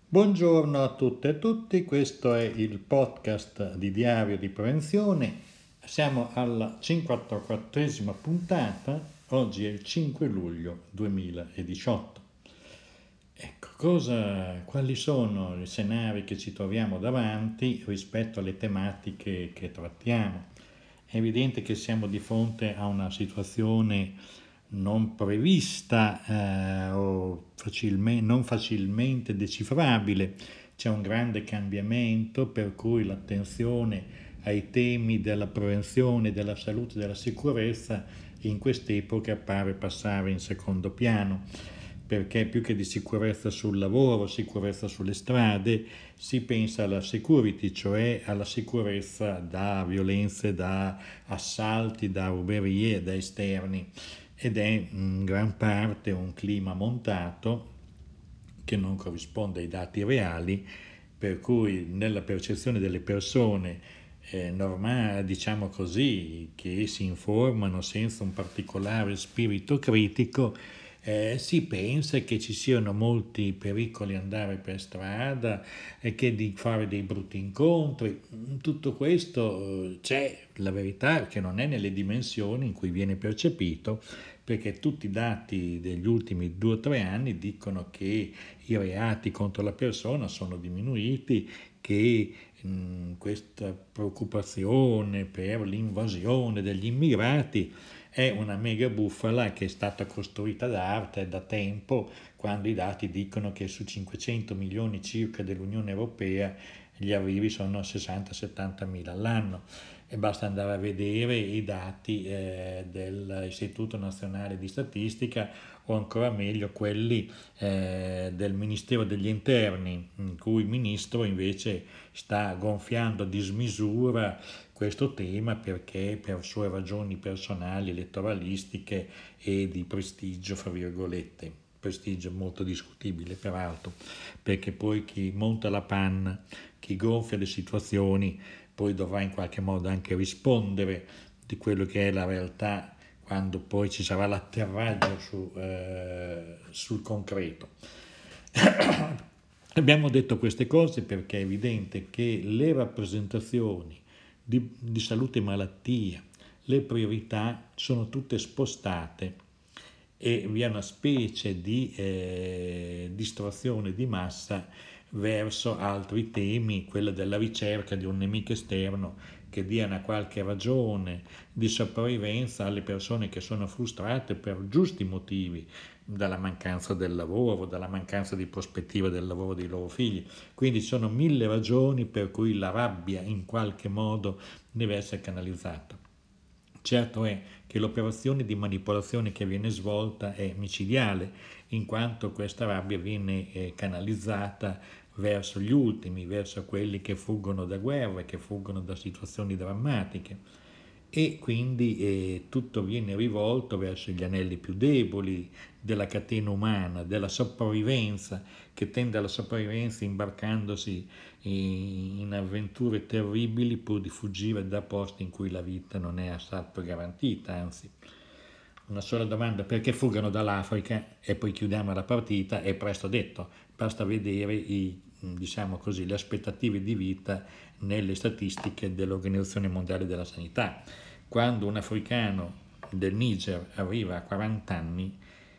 Buongiorno a tutte e a tutti, questo è il podcast di Diario di Prevenzione. Siamo alla 54esima puntata, oggi è il 5 luglio 2018. Ecco, quali sono i scenari che ci troviamo davanti rispetto alle tematiche che trattiamo? È evidente che siamo di fronte a una situazione non prevista o non facilmente decifrabile. C'è un grande cambiamento per cui l'attenzione ai temi della prevenzione, della salute e della sicurezza in quest'epoca pare passare in secondo piano, perché più che di sicurezza sul lavoro, sicurezza sulle strade, si pensa alla security, cioè alla sicurezza da violenze, da assalti, da ruberie, da esterni, ed è in gran parte un clima montato che non corrisponde ai dati reali, per cui nella percezione delle persone normali, diciamo così, che si informano senza un particolare spirito critico, si pensa che ci siano molti pericoli andare per strada e che di fare dei brutti incontri. Tutto questo c'è, la verità è che non è nelle dimensioni in cui viene percepito, perché tutti i dati degli ultimi 2 o 3 anni dicono che i reati contro la persona sono diminuiti, che questa preoccupazione per l'invasione degli immigrati è una mega bufala che è stata costruita da arte da tempo, quando i dati dicono che su 500 milioni circa dell'Unione Europea gli arrivi sono 60-70 mila all'anno, e basta andare a vedere i dati dell'Istituto Nazionale di Statistica, o ancora meglio quelli del Ministero degli Interni, in cui il ministro invece sta gonfiando a dismisura questo tema perché per sue ragioni personali, elettoralistiche e di prestigio, fra virgolette, prestigio molto discutibile peraltro, perché poi chi monta la panna, chi gonfia le situazioni, poi dovrà in qualche modo anche rispondere di quello che è la realtà quando poi ci sarà l'atterraggio sul concreto. Abbiamo detto queste cose perché è evidente che le rappresentazioni di salute e malattia, le priorità sono tutte spostate e vi è una specie di distrazione di massa verso altri temi, quella della ricerca di un nemico esterno che dia una qualche ragione di sopravvivenza alle persone che sono frustrate per giusti motivi dalla mancanza del lavoro, dalla mancanza di prospettiva del lavoro dei loro figli. Quindi ci sono 1000 ragioni per cui la rabbia in qualche modo deve essere canalizzata. Certo è che l'operazione di manipolazione che viene svolta è micidiale, in quanto questa rabbia viene canalizzata verso gli ultimi, verso quelli che fuggono da guerre, che fuggono da situazioni drammatiche, e quindi tutto viene rivolto verso gli anelli più deboli della catena umana, della sopravvivenza, che tende alla sopravvivenza imbarcandosi in avventure terribili pur di fuggire da posti in cui la vita non è affatto garantita, anzi. Una sola domanda: perché fuggono dall'Africa? E poi chiudiamo la partita, è presto detto, basta vedere diciamo così, le aspettative di vita nelle statistiche dell'Organizzazione Mondiale della Sanità. Quando un africano del Niger arriva a 40 anni,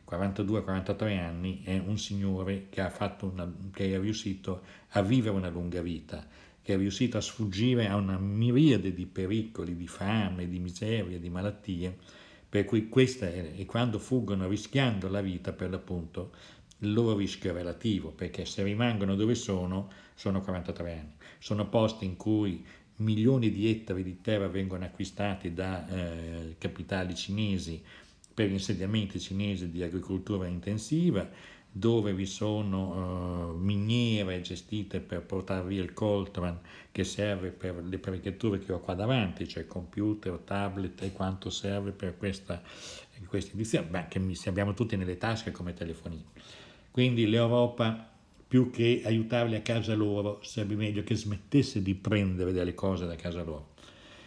42-43 anni, è un signore che, che è riuscito a vivere una lunga vita, che è riuscito a sfuggire a una miriade di pericoli, di fame, di miseria, di malattie, per cui e quando fuggono rischiando la vita, per l'appunto, il loro rischio è relativo, perché se rimangono dove sono 43 anni. Sono posti in cui milioni di ettari di terra vengono acquistati da capitali cinesi per insediamenti cinesi di agricoltura intensiva, dove vi sono miniere gestite per portare via il coltran che serve per le apparecchiature che ho qua davanti, cioè computer, tablet e quanto serve per questa edizione, che abbiamo tutti nelle tasche come telefonini. Quindi l'Europa, più che aiutarli a casa loro, sarebbe meglio che smettesse di prendere delle cose da casa loro.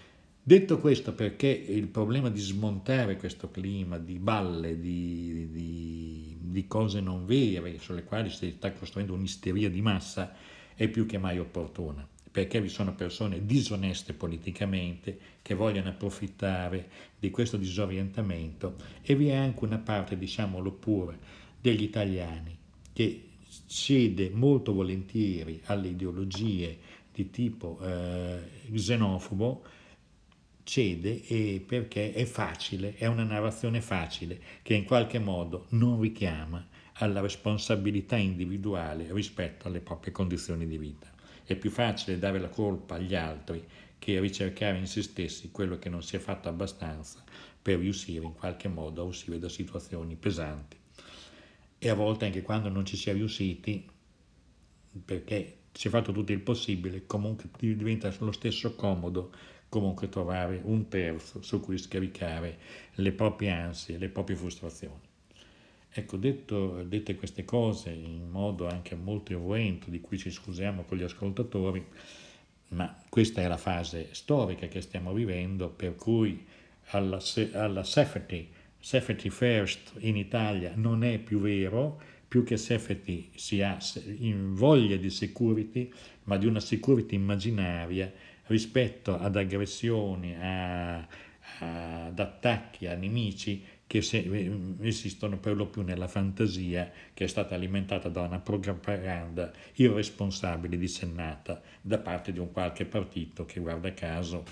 Detto questo, perché il problema di smontare questo clima di balle, di cose non vere, sulle quali si sta costruendo un'isteria di massa, è più che mai opportuna, perché vi sono persone disoneste politicamente che vogliono approfittare di questo disorientamento e vi è anche una parte, diciamolo pure, degli italiani che cede molto volentieri alle ideologie di tipo xenofobo, cede perché è facile, è una narrazione facile che in qualche modo non richiama alla responsabilità individuale rispetto alle proprie condizioni di vita. È più facile dare la colpa agli altri che ricercare in se stessi quello che non si è fatto abbastanza per riuscire in qualche modo a uscire da situazioni pesanti. E a volte anche quando non ci si è riusciti, perché si è fatto tutto il possibile, comunque diventa lo stesso comodo comunque trovare un terzo su cui scaricare le proprie ansie, le proprie frustrazioni. Ecco, dette queste cose in modo anche molto irruento, di cui ci scusiamo con gli ascoltatori, ma questa è la fase storica che stiamo vivendo, per cui alla safety first in Italia non è più vero, più che safety si ha in voglia di security, ma di una security immaginaria rispetto ad aggressioni, ad attacchi a nemici che esistono per lo più nella fantasia, che è stata alimentata da una propaganda irresponsabile dissennata da parte di un qualche partito che, guarda caso,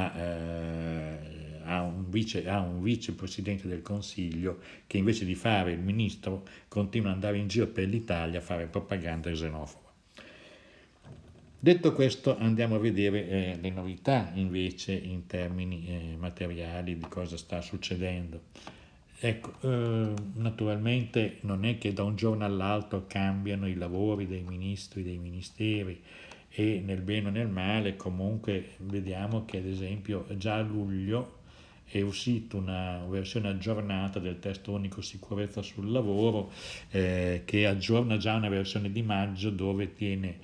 ha un vicepresidente del Consiglio che invece di fare il ministro continua ad andare in giro per l'Italia a fare propaganda xenofoba. Detto questo, andiamo a vedere le novità invece in termini materiali di cosa sta succedendo. Ecco, naturalmente non è che da un giorno all'altro cambiano i lavori dei ministri, dei ministeri, e nel bene o nel male comunque vediamo che ad esempio già a luglio è uscita una versione aggiornata del testo unico sicurezza sul lavoro, che aggiorna già una versione di maggio dove tiene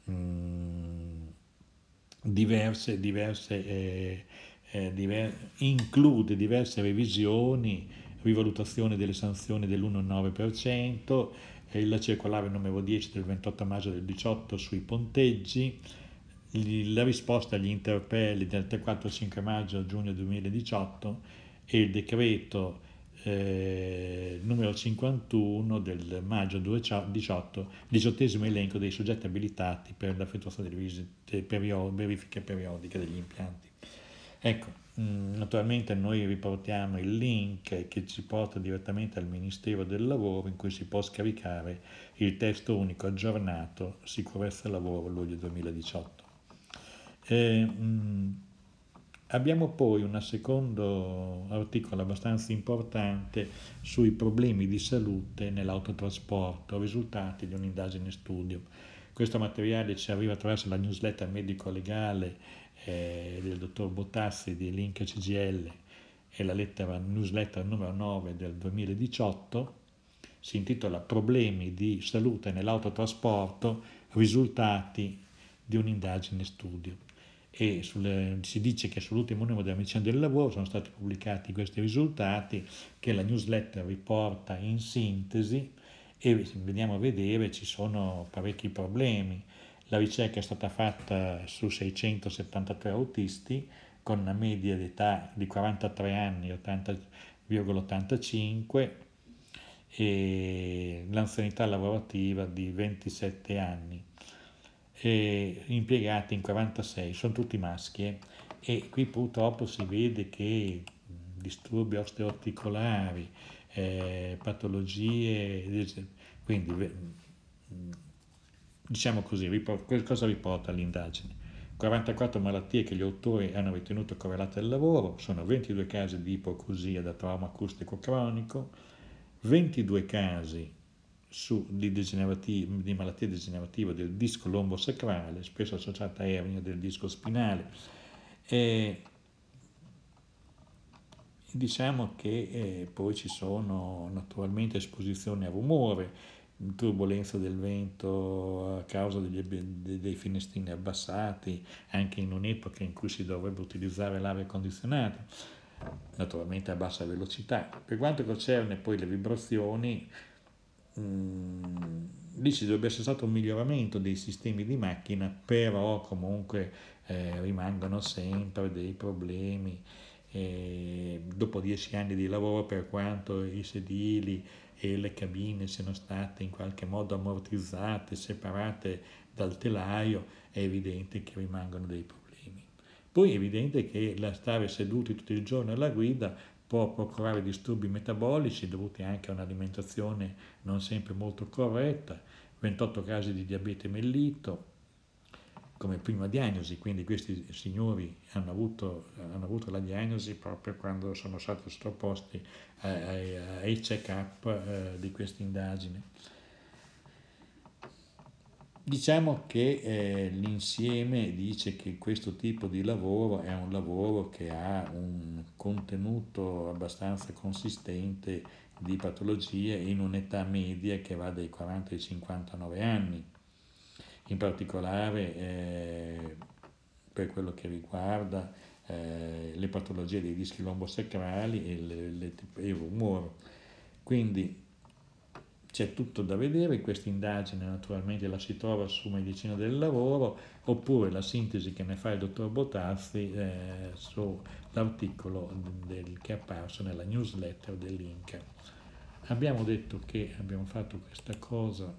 include diverse revisioni, rivalutazione delle sanzioni dell'1,9%, la circolare numero 10 del 28 maggio del 18 sui ponteggi, la risposta agli interpelli del 3-4-5 maggio giugno 2018 e il decreto numero 51 del maggio 2018, 18° elenco dei soggetti abilitati per l'effettuazione delle visite verifiche periodiche degli impianti. Ecco, naturalmente noi riportiamo il link che ci porta direttamente al Ministero del Lavoro, in cui si può scaricare il testo unico aggiornato Sicurezza Lavoro luglio 2018. Abbiamo poi un secondo articolo abbastanza importante sui problemi di salute nell'autotrasporto, risultati di un'indagine studio. Questo materiale ci arriva attraverso la newsletter medico-legale del dottor Botassi di Link CGL e la newsletter numero 9 del 2018. Si intitola Problemi di salute nell'autotrasporto, risultati di un'indagine studio. E si dice che sull'ultimo numero della medicina del lavoro sono stati pubblicati questi risultati che la newsletter riporta in sintesi, e veniamo a vedere ci sono parecchi problemi. La ricerca è stata fatta su 673 autisti con una media d'età di 43 anni, 80,85, e l'anzianità lavorativa di 27 anni, e impiegati in 46, sono tutti maschi, e qui purtroppo si vede che disturbi osteoarticolari, patologie, quindi diciamo così, cosa riporta l'indagine? 44 malattie che gli autori hanno ritenuto correlate al lavoro, sono 22 casi di ipoacusia da trauma acustico cronico, 22 casi di malattie degenerative del disco lombosacrale, spesso associata a ernia del disco spinale. E diciamo che poi ci sono naturalmente esposizioni a rumore, turbolenza del vento a causa dei finestrini abbassati, anche in un'epoca in cui si dovrebbe utilizzare l'aria condizionata, naturalmente a bassa velocità. Per quanto concerne poi le vibrazioni, lì ci dovrebbe essere stato un miglioramento dei sistemi di macchina, però comunque rimangono sempre dei problemi. Dopo 10 anni di lavoro, per quanto i sedili e le cabine siano state in qualche modo ammortizzate, separate dal telaio, è evidente che rimangono dei problemi. Poi è evidente che stare seduti tutto il giorno alla guida può procurare disturbi metabolici dovuti anche a un'alimentazione non sempre molto corretta, 28 casi di diabete mellito come prima diagnosi, quindi questi signori hanno avuto la diagnosi proprio quando sono stati sottoposti ai check-up di questa indagine. Diciamo che l'insieme dice che questo tipo di lavoro è un lavoro che ha un contenuto abbastanza consistente di patologie in un'età media che va dai 40 ai 59 anni. In particolare per quello che riguarda le patologie dei dischi lombosacrali e il rumore. Quindi c'è tutto da vedere, questa indagine naturalmente la si trova su Medicina del Lavoro, oppure la sintesi che ne fa il dottor Botassi sull'articolo che è apparso nella newsletter dell'Inca. Abbiamo detto che abbiamo fatto questa cosa.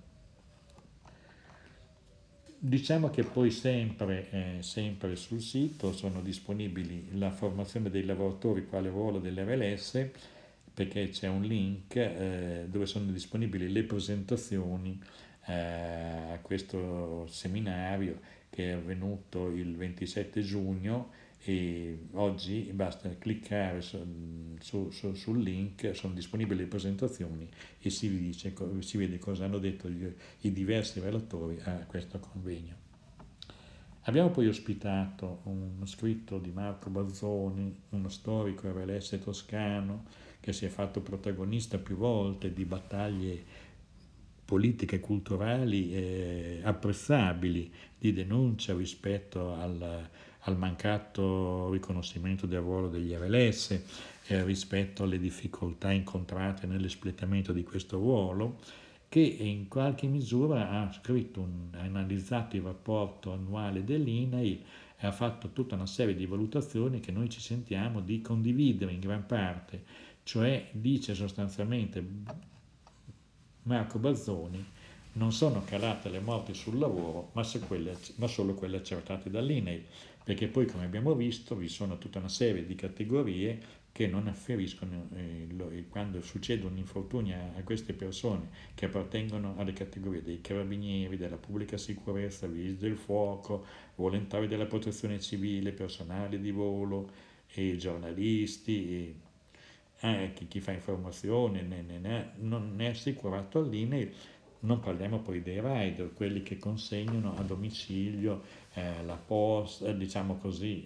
Diciamo che poi sempre sul sito sono disponibili la formazione dei lavoratori quale ruolo dell'RLS, perché c'è un link dove sono disponibili le presentazioni a questo seminario che è avvenuto il 27 giugno e oggi basta cliccare sul link, sono disponibili le presentazioni e si vede cosa hanno detto i diversi relatori a questo convegno. Abbiamo poi ospitato uno scritto di Marco Bazzoni, uno storico RLS toscano che si è fatto protagonista più volte di battaglie politiche e culturali apprezzabili di denuncia rispetto al mancato riconoscimento del ruolo degli RLS, rispetto alle difficoltà incontrate nell'espletamento di questo ruolo, che in qualche misura ha analizzato il rapporto annuale dell'INAIL e ha fatto tutta una serie di valutazioni che noi ci sentiamo di condividere in gran parte, cioè dice sostanzialmente Marco Bazzoni: non sono calate le morti sul lavoro, ma solo quelle accertate dall'INAIL, perché poi, come abbiamo visto, vi sono tutta una serie di categorie che non afferiscono quando succedono infortuni a queste persone che appartengono alle categorie dei carabinieri, della pubblica sicurezza, vigili del fuoco, volontari della protezione civile, personale di volo, e giornalisti, chi fa informazione non è assicurato all'INAIL. Non parliamo poi dei rider, quelli che consegnano a domicilio la posta, diciamo così,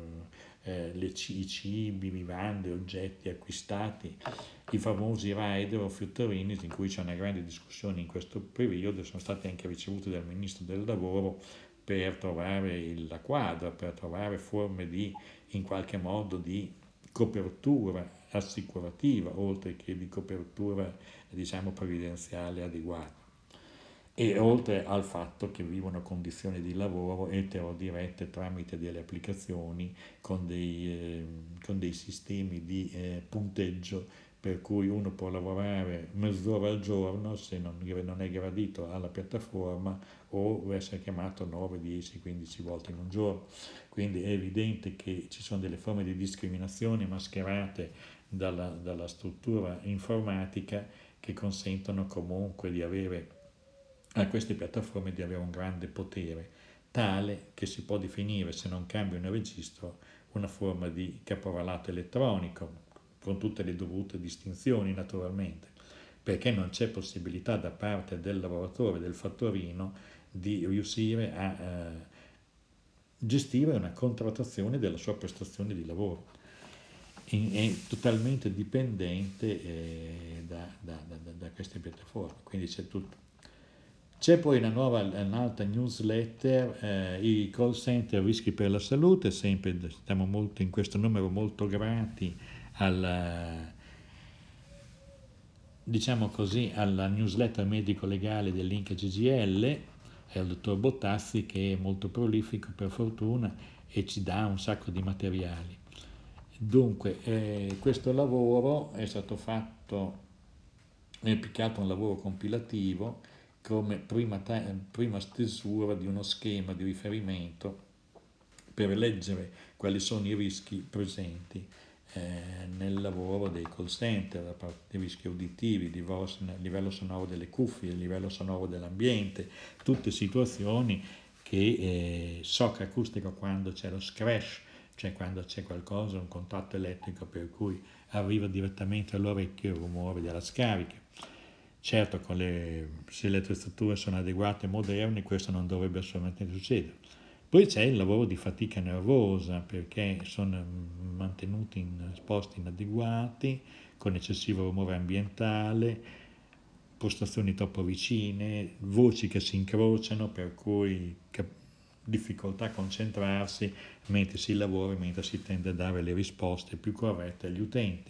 i cibi, vivande, oggetti acquistati, i famosi rider o frittorini, in cui c'è una grande discussione in questo periodo, sono stati anche ricevuti dal Ministro del Lavoro per trovare la quadra, per trovare forme in qualche modo di copertura assicurativa, oltre che di copertura, diciamo, previdenziale adeguata. E oltre al fatto che vivono condizioni di lavoro eterodirette tramite delle applicazioni con dei sistemi di punteggio, per cui uno può lavorare mezz'ora al giorno se non è gradito alla piattaforma, o essere chiamato 9, 10, 15 volte in un giorno. Quindi è evidente che ci sono delle forme di discriminazione mascherate dalla struttura informatica, che consentono comunque di avere a queste piattaforme di avere un grande potere, tale che si può definire, se non cambiano il registro, una forma di caporalato elettronico, con tutte le dovute distinzioni naturalmente, perché non c'è possibilità da parte del lavoratore, del fattorino, di riuscire a gestire una contrattazione della sua prestazione di lavoro. è totalmente dipendente da queste piattaforme, quindi c'è tutto. C'è poi un'altra newsletter, i call center rischi per la salute, sempre stiamo molto in questo numero molto grati alla, diciamo così, alla newsletter medico-legale dell'Inca GGL, è il dottor Bottazzi che è molto prolifico per fortuna e ci dà un sacco di materiali. Dunque, questo lavoro è stato fatto, è più che altro un lavoro compilativo come prima stesura di uno schema di riferimento per leggere quali sono i rischi presenti nel lavoro dei call center, da parte dei rischi uditivi, il livello sonoro delle cuffie, il livello sonoro dell'ambiente, tutte situazioni che shock acustico quando c'è lo scratch, cioè quando c'è qualcosa, un contatto elettrico per cui arriva direttamente all'orecchio il rumore della scarica. Certo, se le attrezzature sono adeguate e moderne, questo non dovrebbe assolutamente succedere. Poi c'è il lavoro di fatica nervosa, perché sono mantenuti in posti inadeguati, con eccessivo rumore ambientale, postazioni troppo vicine, voci che si incrociano, per cui difficoltà a concentrarsi mentre si lavora, mentre si tende a dare le risposte più corrette agli utenti.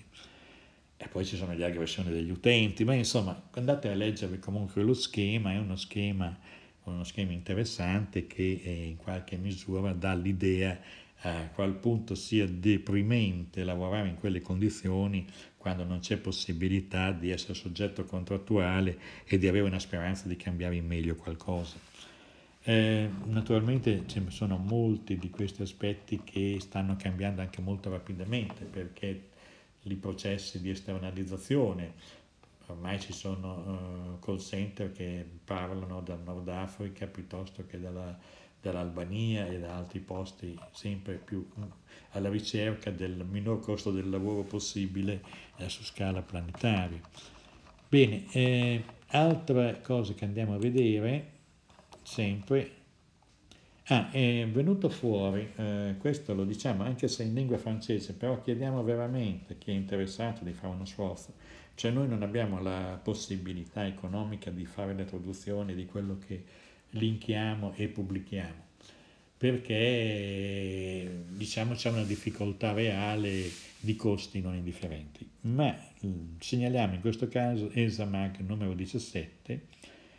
E poi ci sono le aggressioni degli utenti, ma insomma andate a leggere comunque lo schema, è uno schema interessante che in qualche misura dà l'idea a qual punto sia deprimente lavorare in quelle condizioni quando non c'è possibilità di essere soggetto contrattuale e di avere una speranza di cambiare in meglio qualcosa. Naturalmente ce ne sono molti di questi aspetti che stanno cambiando anche molto rapidamente perché i processi di esternalizzazione, ormai ci sono call center che parlano dal Nord Africa piuttosto che dall'Albania e da altri posti sempre più alla ricerca del minor costo del lavoro possibile su scala planetaria. Bene, altre cose che andiamo a vedere sempre. È venuto fuori, questo lo diciamo anche se in lingua francese, però chiediamo veramente a chi è interessato di fare uno sforzo. Cioè noi non abbiamo la possibilità economica di fare le traduzioni di quello che linkiamo e pubblichiamo, perché diciamo c'è una difficoltà reale di costi non indifferenti. Ma segnaliamo in questo caso ESAMAG numero 17,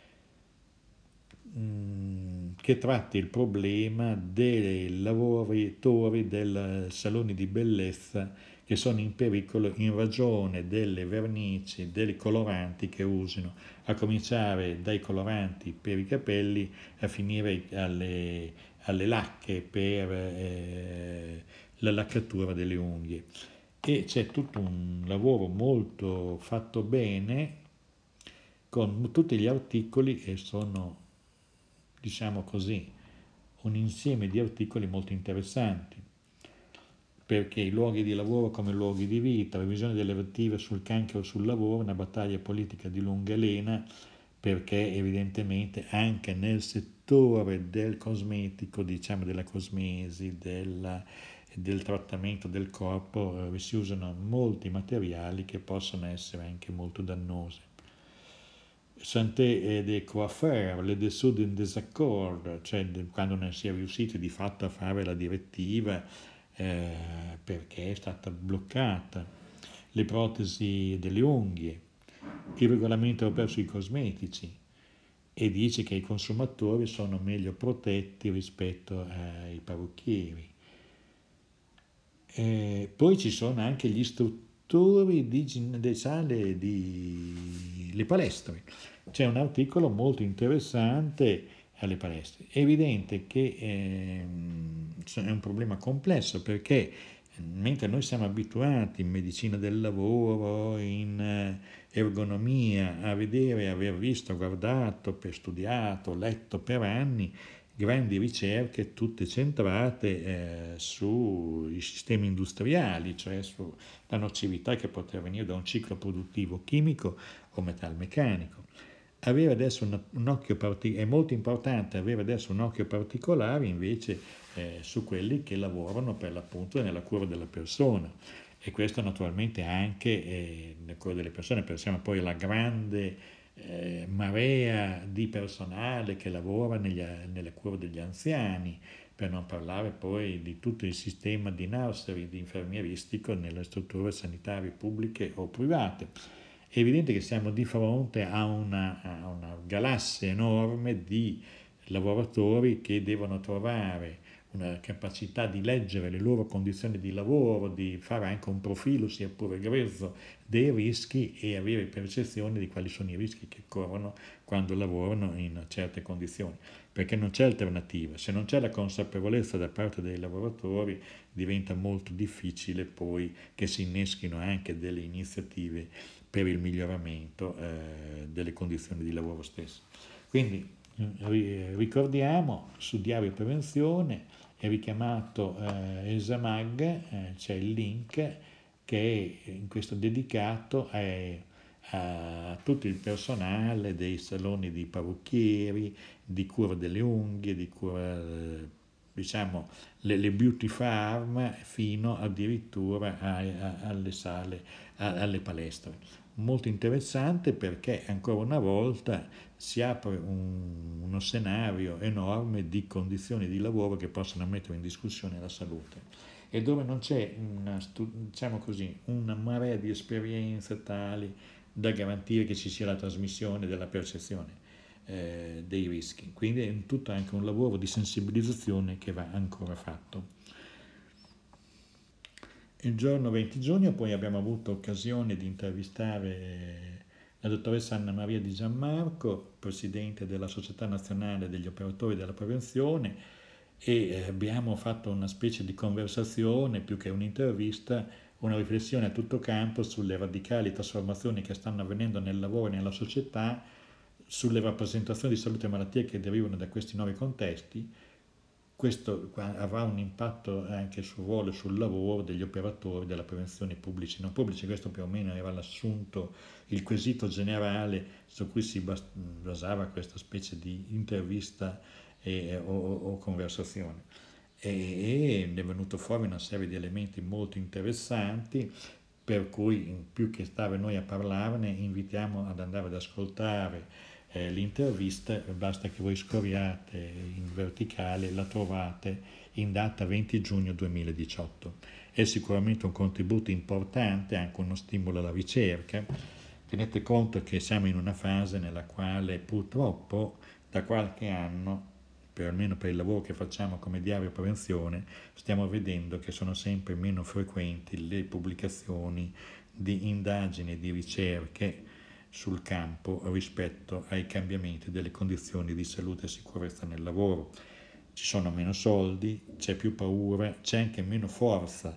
che tratti il problema dei lavoratori dei saloni di bellezza che sono in pericolo in ragione delle vernici, dei coloranti che usano, a cominciare dai coloranti per i capelli a finire alle lacche per la laccatura delle unghie. E c'è tutto un lavoro molto fatto bene con tutti gli articoli e sono, diciamo così, un insieme di articoli molto interessanti, perché i luoghi di lavoro come luoghi di vita, revisione delle direttive sul cancro sul lavoro, una battaglia politica di lunga lena, perché evidentemente anche nel settore del cosmetico, diciamo della cosmesi, del trattamento del corpo, si usano molti materiali che possono essere anche molto dannosi. Santé des coiffeurs, le dessous d'un désaccord, cioè quando non si è riusciti di fatto a fare la direttiva perché è stata bloccata, le protesi delle unghie, il regolamento europeo sui cosmetici e dice che i consumatori sono meglio protetti rispetto ai parrucchieri. Poi ci sono anche gli istruttori di sale di le palestre. C'è un articolo molto interessante alle palestre. È evidente che è un problema complesso perché mentre noi siamo abituati in medicina del lavoro, in ergonomia, a vedere, aver visto, guardato, studiato, letto per anni, grandi ricerche tutte centrate sui sistemi industriali, cioè sulla nocività che può venire da un ciclo produttivo chimico o metalmeccanico. Avere adesso un occhio è molto importante avere adesso un occhio particolare invece su quelli che lavorano per l'appunto nella cura della persona. E questo naturalmente anche nel cuore delle persone. Pensiamo poi alla grande marea di personale che lavora nelle cure degli anziani, per non parlare poi di tutto il sistema di nursery, di infermieristico nelle strutture sanitarie pubbliche o private. È evidente che siamo di fronte a una galassia enorme di lavoratori che devono trovare una capacità di leggere le loro condizioni di lavoro, di fare anche un profilo, sia pure grezzo, dei rischi e avere percezione di quali sono i rischi che corrono quando lavorano in certe condizioni, perché non c'è alternativa. Se non c'è la consapevolezza da parte dei lavoratori, diventa molto difficile poi che si inneschino anche delle iniziative per il miglioramento delle condizioni di lavoro stesse. Quindi ricordiamo, su Diario Prevenzione è richiamato ESAMAG, c'è il link che è in questo dedicato a tutto il personale dei saloni di parrucchieri, di cura delle unghie, di cura, diciamo, le beauty farm, fino addirittura alle sale, alle palestre. Molto interessante perché ancora una volta si apre uno scenario enorme di condizioni di lavoro che possono mettere in discussione la salute e dove non c'è diciamo così, una marea di esperienze tali da garantire che ci sia la trasmissione della percezione dei rischi. Quindi è tutto anche un lavoro di sensibilizzazione che va ancora fatto. Il giorno 20 giugno poi abbiamo avuto occasione di intervistare la dottoressa Anna Maria Di Gianmarco, presidente della Società Nazionale degli Operatori della Prevenzione, e abbiamo fatto una specie di conversazione, più che un'intervista, una riflessione a tutto campo sulle radicali trasformazioni che stanno avvenendo nel lavoro e nella società, sulle rappresentazioni di salute e malattie che derivano da questi nuovi contesti. Questo avrà un impatto anche sul ruolo e sul lavoro degli operatori della prevenzione pubblici e non pubblici. Questo più o meno era l'assunto, il quesito generale su cui si basava questa specie di intervista o conversazione. E è venuto fuori una serie di elementi molto interessanti, per cui più che stare noi a parlarne, invitiamo ad andare ad ascoltare l'intervista. Basta che voi scorriate in verticale, la trovate in data 20 giugno 2018. È sicuramente un contributo importante, anche uno stimolo alla ricerca. Tenete conto che siamo in una fase nella quale purtroppo da qualche anno, almeno per il lavoro che facciamo come Diario Prevenzione, stiamo vedendo che sono sempre meno frequenti le pubblicazioni di indagini e di ricerche sul campo rispetto ai cambiamenti delle condizioni di salute e sicurezza nel lavoro. Ci sono meno soldi, c'è più paura, c'è anche meno forza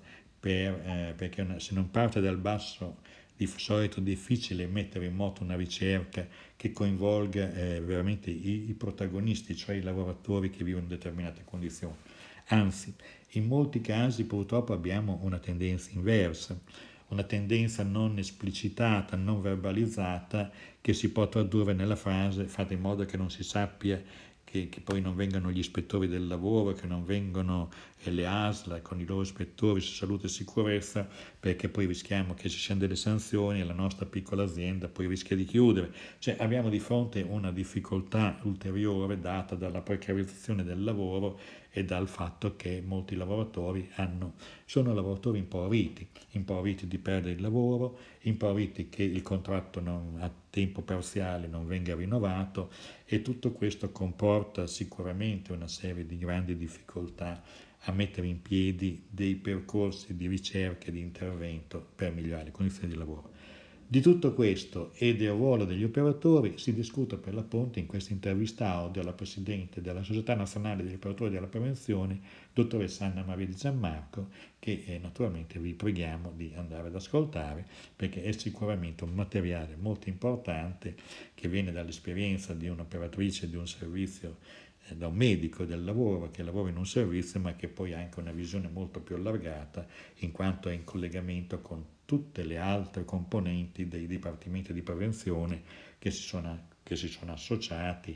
perché se non parte dal basso di solito è difficile mettere in moto una ricerca che coinvolga veramente i protagonisti, cioè i lavoratori che vivono in determinate condizioni. Anzi, in molti casi purtroppo abbiamo una tendenza inversa, una tendenza non esplicitata, non verbalizzata, che si può tradurre nella frase fate in modo che non si sappia, che poi non vengano gli ispettori del lavoro, che non vengano le ASL con i loro ispettori su salute e sicurezza, perché poi rischiamo che ci siano delle sanzioni e la nostra piccola azienda poi rischia di chiudere. Cioè abbiamo di fronte una difficoltà ulteriore data dalla precarizzazione del lavoro e dal fatto che molti lavoratori sono lavoratori impauriti di perdere il lavoro, impauriti che il contratto a tempo parziale non venga rinnovato, e tutto questo comporta sicuramente una serie di grandi difficoltà a mettere in piedi dei percorsi di ricerca e di intervento per migliorare le condizioni di lavoro. Di tutto questo e del ruolo degli operatori si discute per l'appunto in questa intervista audio alla Presidente della Società Nazionale degli Operatori della Prevenzione, dottoressa Anna Maria Di Gianmarco, che naturalmente vi preghiamo di andare ad ascoltare, perché è sicuramente un materiale molto importante che viene dall'esperienza di un'operatrice di un servizio, da un medico del lavoro che lavora in un servizio, ma che poi ha anche una visione molto più allargata, in quanto è in collegamento con tutte le altre componenti dei dipartimenti di prevenzione che si sono associati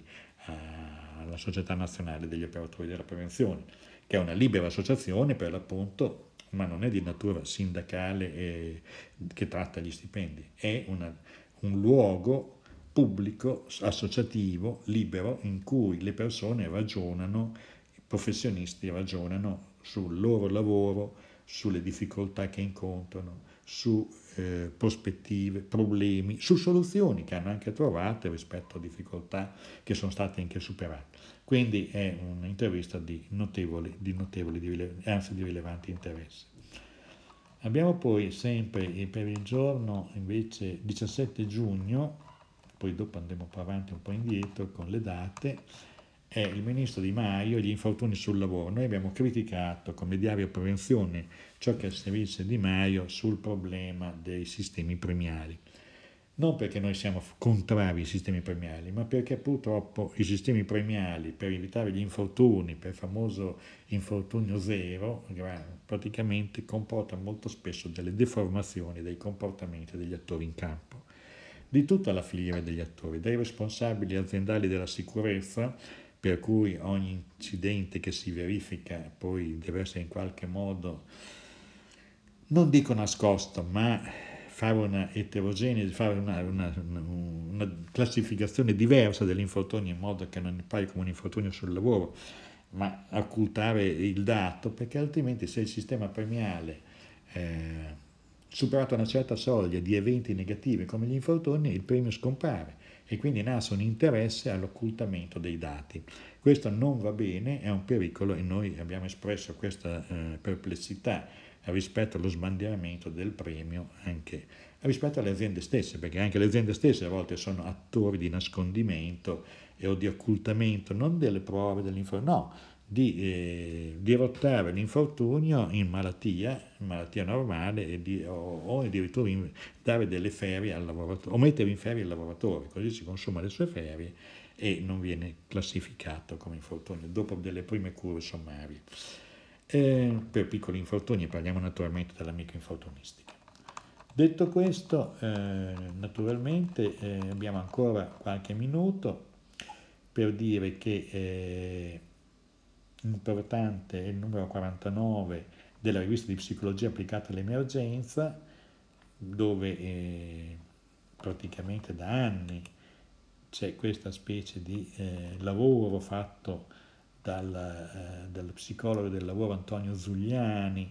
alla Società Nazionale degli Operatori della Prevenzione, che è una libera associazione per l'appunto ma non è di natura sindacale che tratta gli stipendi, è un luogo pubblico, associativo, libero, in cui le persone ragionano, i professionisti ragionano sul loro lavoro, sulle difficoltà che incontrano, su prospettive, problemi, su soluzioni che hanno anche trovato rispetto a difficoltà che sono state anche superate. Quindi è un'intervista di rilevante interesse. Abbiamo poi sempre per il giorno invece 17 giugno, poi dopo andremo un po' avanti un po' indietro con le date, è il ministro Di Maio, gli infortuni sul lavoro. Noi abbiamo criticato come Diario Prevenzione ciò che asserisce Di Maio sul problema dei sistemi premiali. Non perché noi siamo contrari ai sistemi premiali, ma perché purtroppo i sistemi premiali, per evitare gli infortuni, per il famoso infortunio zero, praticamente comportano molto spesso delle deformazioni dei comportamenti degli attori in campo, di tutta la filiera degli attori, dai responsabili aziendali della sicurezza, per cui ogni incidente che si verifica poi deve essere in qualche modo, non dico nascosto, ma fare una eterogenesi, fare una classificazione diversa dell'infortunio in modo che non appaia come un infortunio sul lavoro, ma occultare il dato, perché altrimenti se il sistema premiale superato una certa soglia di eventi negativi come gli infortuni, il premio scompare e quindi nasce un interesse all'occultamento dei dati. Questo non va bene, è un pericolo e noi abbiamo espresso questa perplessità rispetto allo sbandieramento del premio anche rispetto alle aziende stesse, perché anche le aziende stesse a volte sono attori di nascondimento o di occultamento, non delle prove dell'infortunio, no, di dirottare l'infortunio in malattia normale o addirittura dare delle ferie al lavoratore o mettere in ferie il lavoratore, così si consuma le sue ferie e non viene classificato come infortunio dopo delle prime cure sommarie. Per piccoli infortuni parliamo naturalmente della microinfortunistica. Detto questo, naturalmente abbiamo ancora qualche minuto per dire che importante è il numero 49 della rivista di psicologia applicata all'emergenza, dove praticamente da anni c'è questa specie di lavoro fatto dal psicologo del lavoro Antonio Zugliani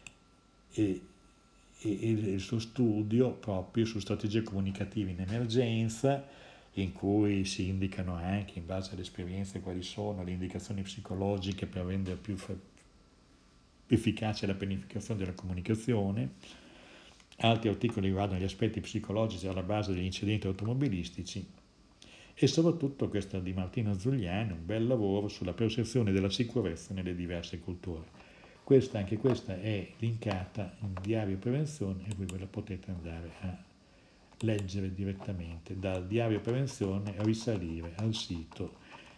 e il suo studio proprio su strategie comunicative in emergenza, in cui si indicano anche, in base alle esperienze, quali sono le indicazioni psicologiche per rendere più efficace la pianificazione della comunicazione. Altri articoli riguardano gli aspetti psicologici alla base degli incidenti automobilistici e soprattutto questa di Martino Zugliani, un bel lavoro sulla percezione della sicurezza nelle diverse culture. Anche questa è linkata in Diario Prevenzione e voi ve la potete andare a leggere direttamente dal Diario Prevenzione, risalire al sito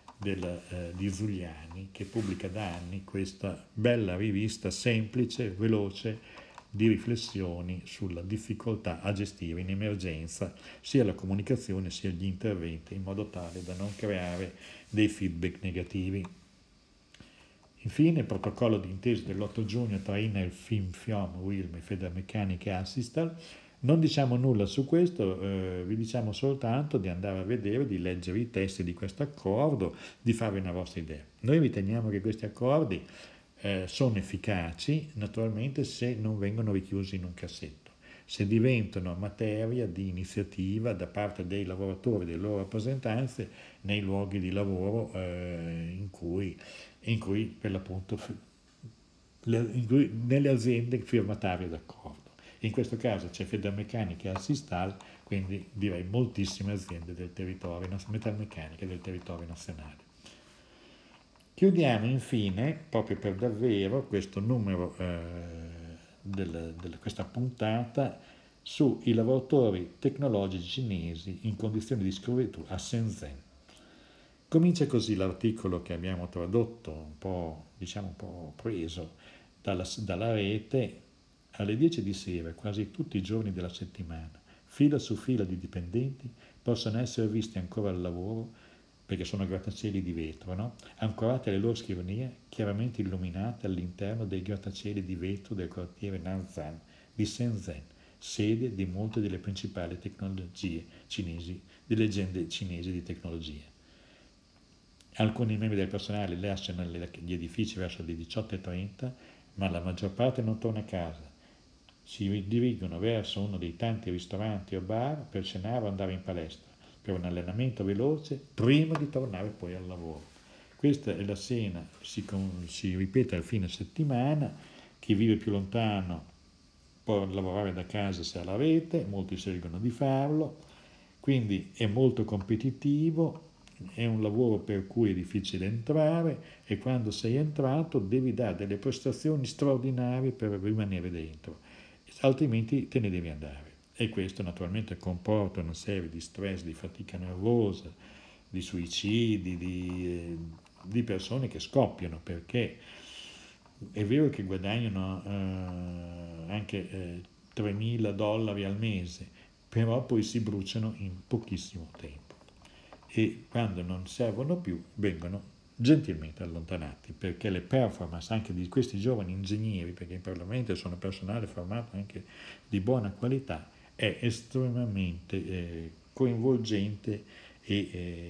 di Zugliani, che pubblica da anni questa bella rivista semplice, veloce, di riflessioni sulla difficoltà a gestire in emergenza sia la comunicazione sia gli interventi, in modo tale da non creare dei feedback negativi. Infine, il protocollo di intesa dell'8 giugno tra INAIL, FIOM, UILM e Federmeccanica e Assistal. Non diciamo nulla su questo, vi diciamo soltanto di andare a vedere, di leggere i testi di questo accordo, di farvi una vostra idea. Noi riteniamo che questi accordi sono efficaci, naturalmente, se non vengono richiusi in un cassetto, se diventano materia di iniziativa da parte dei lavoratori e delle loro rappresentanze nei luoghi di lavoro in cui per l'appunto nelle aziende firmatarie d'accordo. In questo caso c'è Federmeccanica e Assistal, quindi direi moltissime aziende del territorio, metalmeccaniche del territorio nazionale. Chiudiamo infine, proprio per davvero, questo numero questa puntata sui lavoratori tecnologici cinesi in condizioni di schiavitù a Shenzhen. Comincia così l'articolo che abbiamo tradotto, un po' preso dalla rete. Alle 10 di sera, quasi tutti i giorni della settimana, fila su fila di dipendenti possono essere visti ancora al lavoro perché sono grattacieli di vetro, no? Ancorate alle loro scrivanie, chiaramente illuminate all'interno dei grattacieli di vetro del quartiere Nanzan di Shenzhen, sede di molte delle principali tecnologie cinesi, delle aziende cinesi di tecnologia. Alcuni membri del personale lasciano gli edifici verso le 18:30, ma la maggior parte non torna a casa. Si dirigono verso uno dei tanti ristoranti o bar per cenare o andare in palestra, per un allenamento veloce prima di tornare poi al lavoro. Questa è la scena, si ripete al fine settimana, chi vive più lontano può lavorare da casa se ha la rete, molti scelgono di farlo, quindi è molto competitivo, è un lavoro per cui è difficile entrare e quando sei entrato devi dare delle prestazioni straordinarie per rimanere dentro, altrimenti te ne devi andare. E questo naturalmente comporta una serie di stress, di fatica nervosa, di suicidi, di persone che scoppiano, perché è vero che guadagnano anche $3.000 al mese, però poi si bruciano in pochissimo tempo e quando non servono più vengono gentilmente allontanati, perché le performance anche di questi giovani ingegneri, perché probabilmente sono personale formato anche di buona qualità, è estremamente coinvolgente e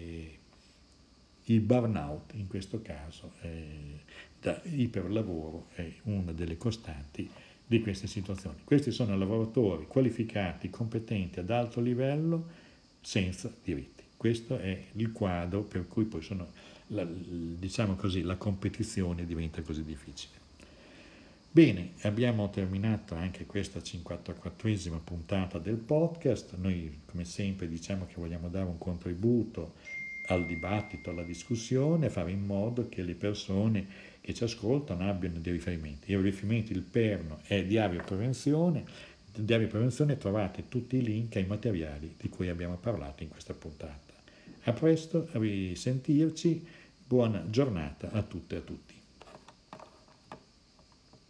il burnout in questo caso da iperlavoro è una delle costanti di queste situazioni. Questi sono lavoratori qualificati, competenti ad alto livello senza diritti. Questo è il quadro per cui poi diciamo così, la competizione diventa così difficile. Bene, abbiamo terminato anche questa 54esima puntata del podcast. Noi, come sempre, diciamo che vogliamo dare un contributo al dibattito, alla discussione, fare in modo che le persone che ci ascoltano abbiano dei riferimenti. Il riferimento, il perno, è Diario Prevenzione. In Diario Prevenzione trovate tutti i link ai materiali di cui abbiamo parlato in questa puntata. A presto, a risentirci, buona giornata a tutte e a tutti.